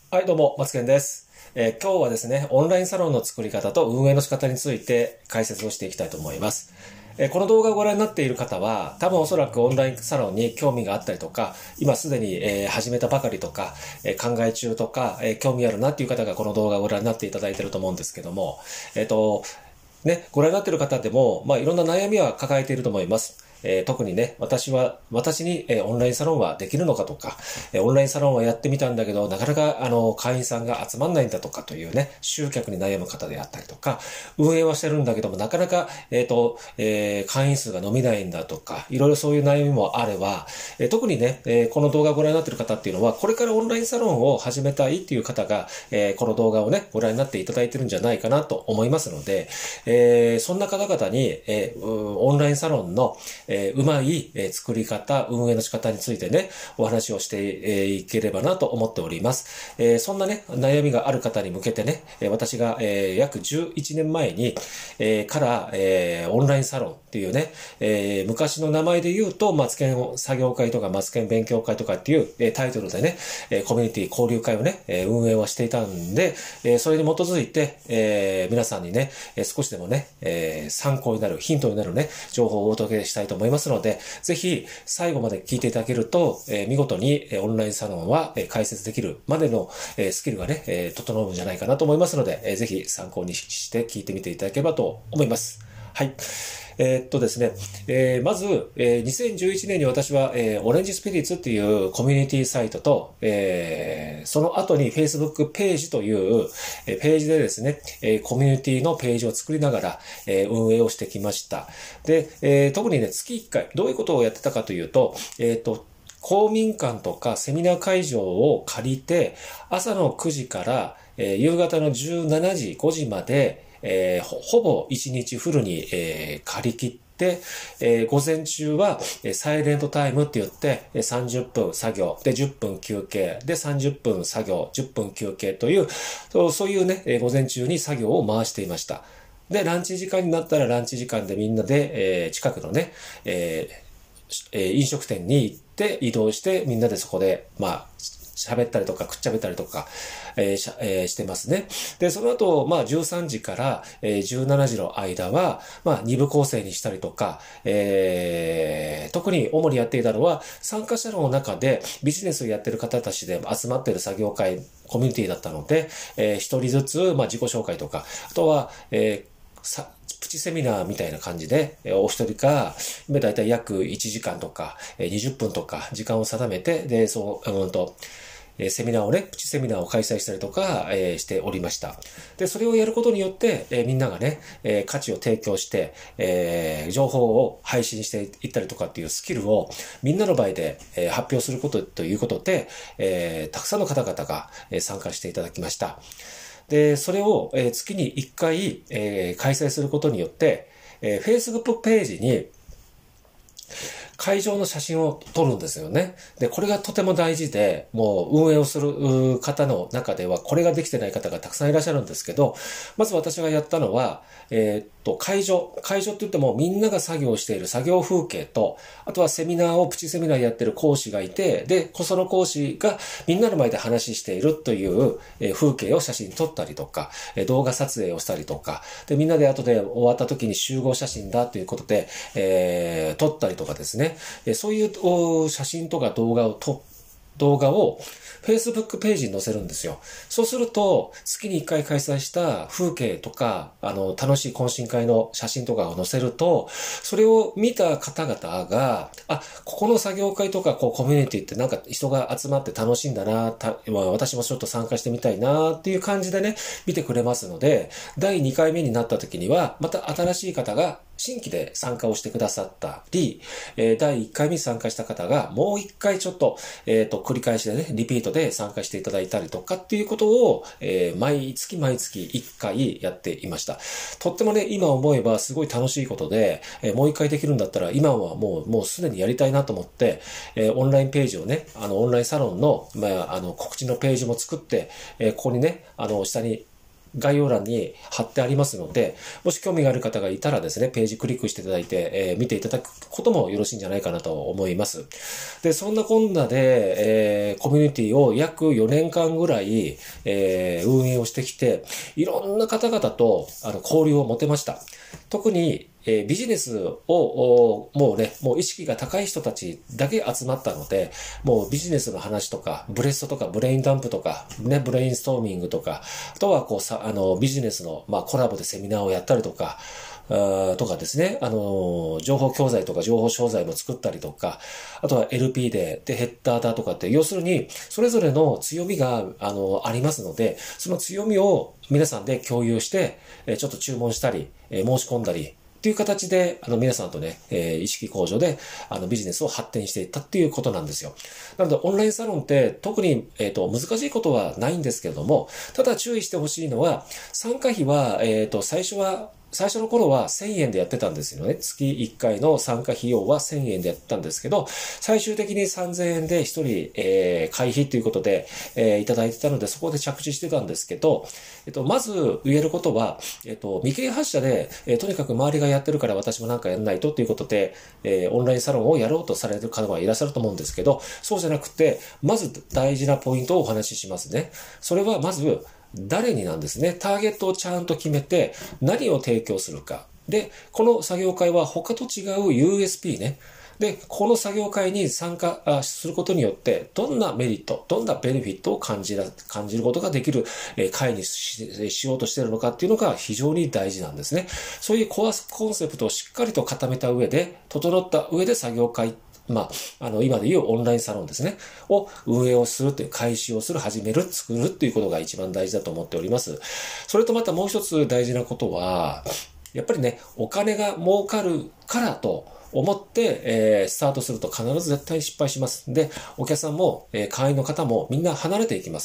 はい、どうも、マツケンです。今日はですね、オンラインサロンの作り方と運営の仕方について解説をしていきたいと思います。この動画をご覧になっている方は、多分おそらくオンラインサロンに興味があったりとか、今すでに始めたばかりとか、考え中とか、興味あるなっていう方がこの動画をご覧になっていただいていると思うんですけども、ご覧になっている方でも、いろんな悩みは抱えていると思います。特にね、私に、オンラインサロンはできるのかとか、オンラインサロンはやってみたんだけど、なかなか、会員さんが集まんないんだとかというね、集客に悩む方であったりとか、運営はしてるんだけども、なかなか、会員数が伸びないんだとか、いろいろそういう悩みもあれば、特にね、この動画をご覧になっている方っていうのは、これからオンラインサロンを始めたいっていう方が、この動画をね、ご覧になっていただいてるんじゃないかなと思いますので、そんな方々に、オンラインサロンの、うまい作り方、運営の仕方についてね、お話をしていければなと思っております。そんなね、悩みがある方に向けてね、私が約11年前にからオンラインサロンっていうね、昔の名前で言うと、マツケン作業会とかマツケン勉強会とかっていうタイトルでね、コミュニティ交流会をね、運営はしていたんで、それに基づいて、皆さんにね、少しでもね、参考になる、ヒントになるね、情報をお届けしたいと思いますので、ぜひ最後まで聞いていただけると、見事にオンラインサロンは開設できるまでのスキルがね、整うんじゃないかなと思いますので、ぜひ参考にして聞いてみていただければと思います。はい。ですね、まず、2011年に私は、オレンジスピリッツっていうコミュニティサイトと、その後に Facebook ページという、ページでですね、コミュニティのページを作りながら、運営をしてきました。で、特にね、月1回、どういうことをやってたかというと、公民館とかセミナー会場を借りて、朝の9時から、夕方の17時、5時まで、ほぼ1日フルに、借り切って、午前中は、サイレントタイムって言って、30分作業、で10分休憩、で30分作業、10分休憩という、そういうね、午前中に作業を回していました。で、ランチ時間になったらランチ時間でみんなで、近くのね、飲食店に行って移動してみんなでそこで、喋ったりとか、くっちゃべったりとか、してますね。で、その後、13時から、17時の間は、二部構成にしたりとか、特に主にやっていたのは、参加者の中でビジネスをやっている方たちで集まっている作業会、コミュニティだったので、一人ずつ、自己紹介とか、あとは、プチセミナーみたいな感じで、お一人か、だいたい約1時間とか、20分とか、時間を定めて、で、セミナーをね、プチセミナーを開催したりとか、しておりました。で、それをやることによって、みんながね、価値を提供して、情報を配信していったりとかっていうスキルをみんなの場合で、発表することということで、たくさんの方々が、参加していただきました。で、それを、月に1回、開催することによって、Facebook ページに会場の写真を撮るんですよね。で、これがとても大事で、もう運営をする方の中では、これができてない方がたくさんいらっしゃるんですけど、まず私がやったのは、会場って言ってもみんなが作業している作業風景と、あとはセミナーをプチセミナーやってる講師がいて、で、その講師がみんなの前で話しているという風景を写真撮ったりとか、動画撮影をしたりとか、で、みんなで後で終わった時に集合写真だということで、撮ったりとかですね、そういう写真とか動画を Facebook ページに載せるんですよ。そうすると、月に1回開催した風景とか、楽しい懇親会の写真とかを載せると、それを見た方々が、ここの作業会とか、コミュニティってなんか人が集まって楽しいんだな、私もちょっと参加してみたいな、っていう感じでね、見てくれますので、第2回目になった時には、また新しい方が新規で参加をしてくださったり、第1回目に参加した方がもう1回ちょっと、繰り返しでね、リピートで参加していただいたりとかっていうことを、毎月1回やっていました。とってもね、今思えばすごい楽しいことで、もう1回できるんだったら今はもうすでにやりたいなと思って、オンラインページをね、オンラインサロンの、告知のページも作って、ここにね、下に概要欄に貼ってありますので、もし興味がある方がいたらですね、ページクリックしていただいて、見ていただくこともよろしいんじゃないかなと思います。で、そんなこんなで、コミュニティを約4年間ぐらい、運営をしてきて、いろんな方々と交流を持てました。特に、ビジネスを、もう意識が高い人たちだけ集まったので、もうビジネスの話とか、ブレストとか、ブレインダンプとか、ね、ブレインストーミングとか、あとはビジネスの、コラボでセミナーをやったりとか、とかですね、情報教材とか情報商材も作ったりとか、あとは LP でヘッダーだとかって、要するに、それぞれの強みが、ありますので、その強みを皆さんで共有して、ちょっと注文したり、申し込んだり、っていう形で、皆さんとね、意識向上で、ビジネスを発展していったっていうことなんですよ。なので、オンラインサロンって特に、難しいことはないんですけれども、ただ注意してほしいのは、参加費は、最初の頃は1000円でやってたんですよね。月1回の参加費用は1000円でやってたんですけど、最終的に3000円で1人、会費ということで、いただいてたので、そこで着地してたんですけど、まず言えることは、未経発者で、とにかく周りがやってるから私もなんかやんないとということで、オンラインサロンをやろうとされる方はいらっしゃると思うんですけど、そうじゃなくて、まず大事なポイントをお話ししますね。それはまず、誰になんですね。ターゲットをちゃんと決めて、何を提供するか。で、この作業会は他と違う USP ね。で、この作業会に参加することによって、どんなメリット、どんなベネフィットを感じることができる会にしようとしているのかっていうのが非常に大事なんですね。そういうコアコンセプトをしっかりと固めた上で、整った上で作業会今でいうオンラインサロンですね、を運営をするという、開始をする、始める、作るっていうことが一番大事だと思っております。それとまたもう一つ大事なことは、やっぱりね、お金が儲かるからと思って、スタートすると必ず絶対失敗します。で、お客さんも、会員の方もみんな離れていきます。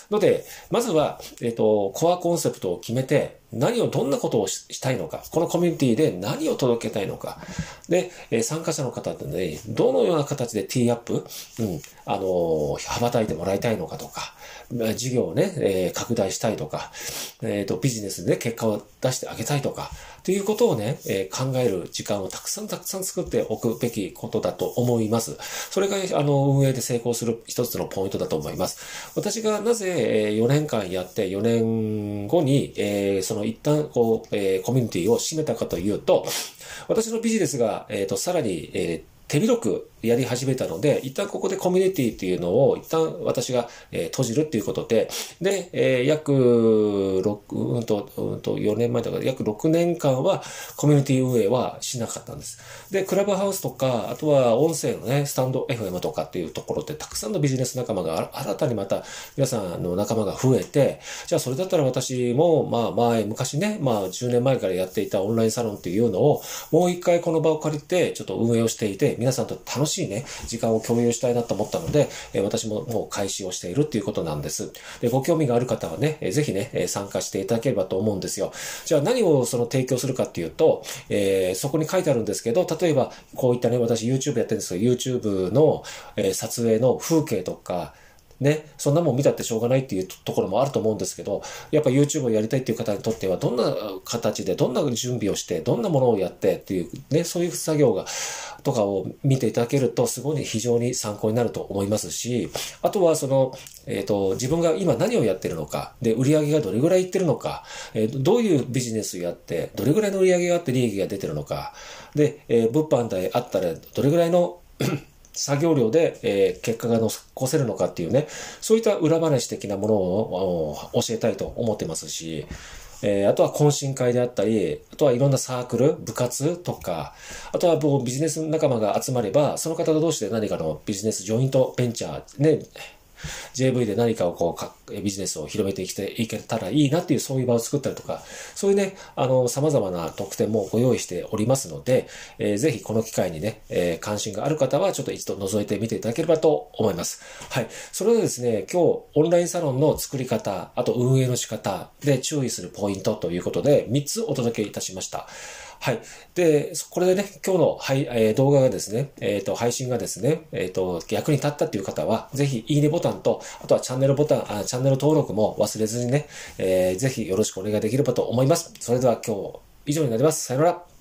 ので、まずは、コアコンセプトを決めて、どんなことをしたいのか、このコミュニティで何を届けたいのか、で、参加者の方ってね、どのような形でティーアップ、羽ばたいてもらいたいのかとか、事業をね、拡大したいとか、ビジネスで結果を出してあげたいとか、ということをね、考える時間をたくさん作っておくべきことだと思います。それが、運営で成功する一つのポイントだと思います。私がなぜ、4年間やって4年後に、その一旦、コミュニティを閉めたかというと、私のビジネスが、さらに、手広くやり始めたので、一旦ここでコミュニティっていうのを一旦私が、閉じるっていうことで、で、約4年前だから約6年間はコミュニティ運営はしなかったんです。で、クラブハウスとか、あとは音声のね、スタンド FM とかっていうところでたくさんのビジネス仲間が新たにまた皆さんの仲間が増えて、じゃあそれだったら私も、昔ね、10年前からやっていたオンラインサロンっていうのを、もう一回この場を借りて、ちょっと運営をしていて、皆さんと楽しいね、時間を共有したいなと思ったので、私ももう開始をしているっていうことなんです。で、ご興味がある方はね、ぜひね、参加していただければと思うんですよ。じゃあ何を提供するかっていうと、そこに書いてあるんですけど、例えばこういったね、私 YouTube やってるんですけど、YouTube の、撮影の風景とか、ね、そんなもん見たってしょうがないっていうところもあると思うんですけど、やっぱ YouTube をやりたいっていう方にとっては、どんな形で、どんな準備をして、どんなものをやってっていうね、そういう作業とかを見ていただけると、すごい非常に参考になると思いますし、あとは自分が今何をやってるのか、で、売り上げがどれぐらいいってるのか、どういうビジネスをやって、どれぐらいの売り上げがあって利益が出てるのか、で、物販であったらどれぐらいの作業量で、結果が残せるのかっていうね、そういった裏話的なものを教えたいと思ってますし、あとは懇親会であったり、あとはいろんなサークル、部活とか、あとはビジネス仲間が集まれば、その方同士で何かのビジネスジョイントベンチャー、ね、JV で何かをビジネスを広めていけたらいいなっていうそういう場を作ったりとか、そういうね、様々な特典もご用意しておりますので、ぜひこの機会にね、関心がある方はちょっと一度覗いてみていただければと思います。はい。それではですね、今日オンラインサロンの作り方、あと運営の仕方で注意するポイントということで3つお届けいたしました。 はい。で、これでね、今日の、動画がですね、配信がですね、役に立ったっていう方は、ぜひ、いいねボタンと、あとはチャンネル登録も忘れずにね、ぜひよろしくお願いできればと思います。それでは今日、以上になります。さよなら。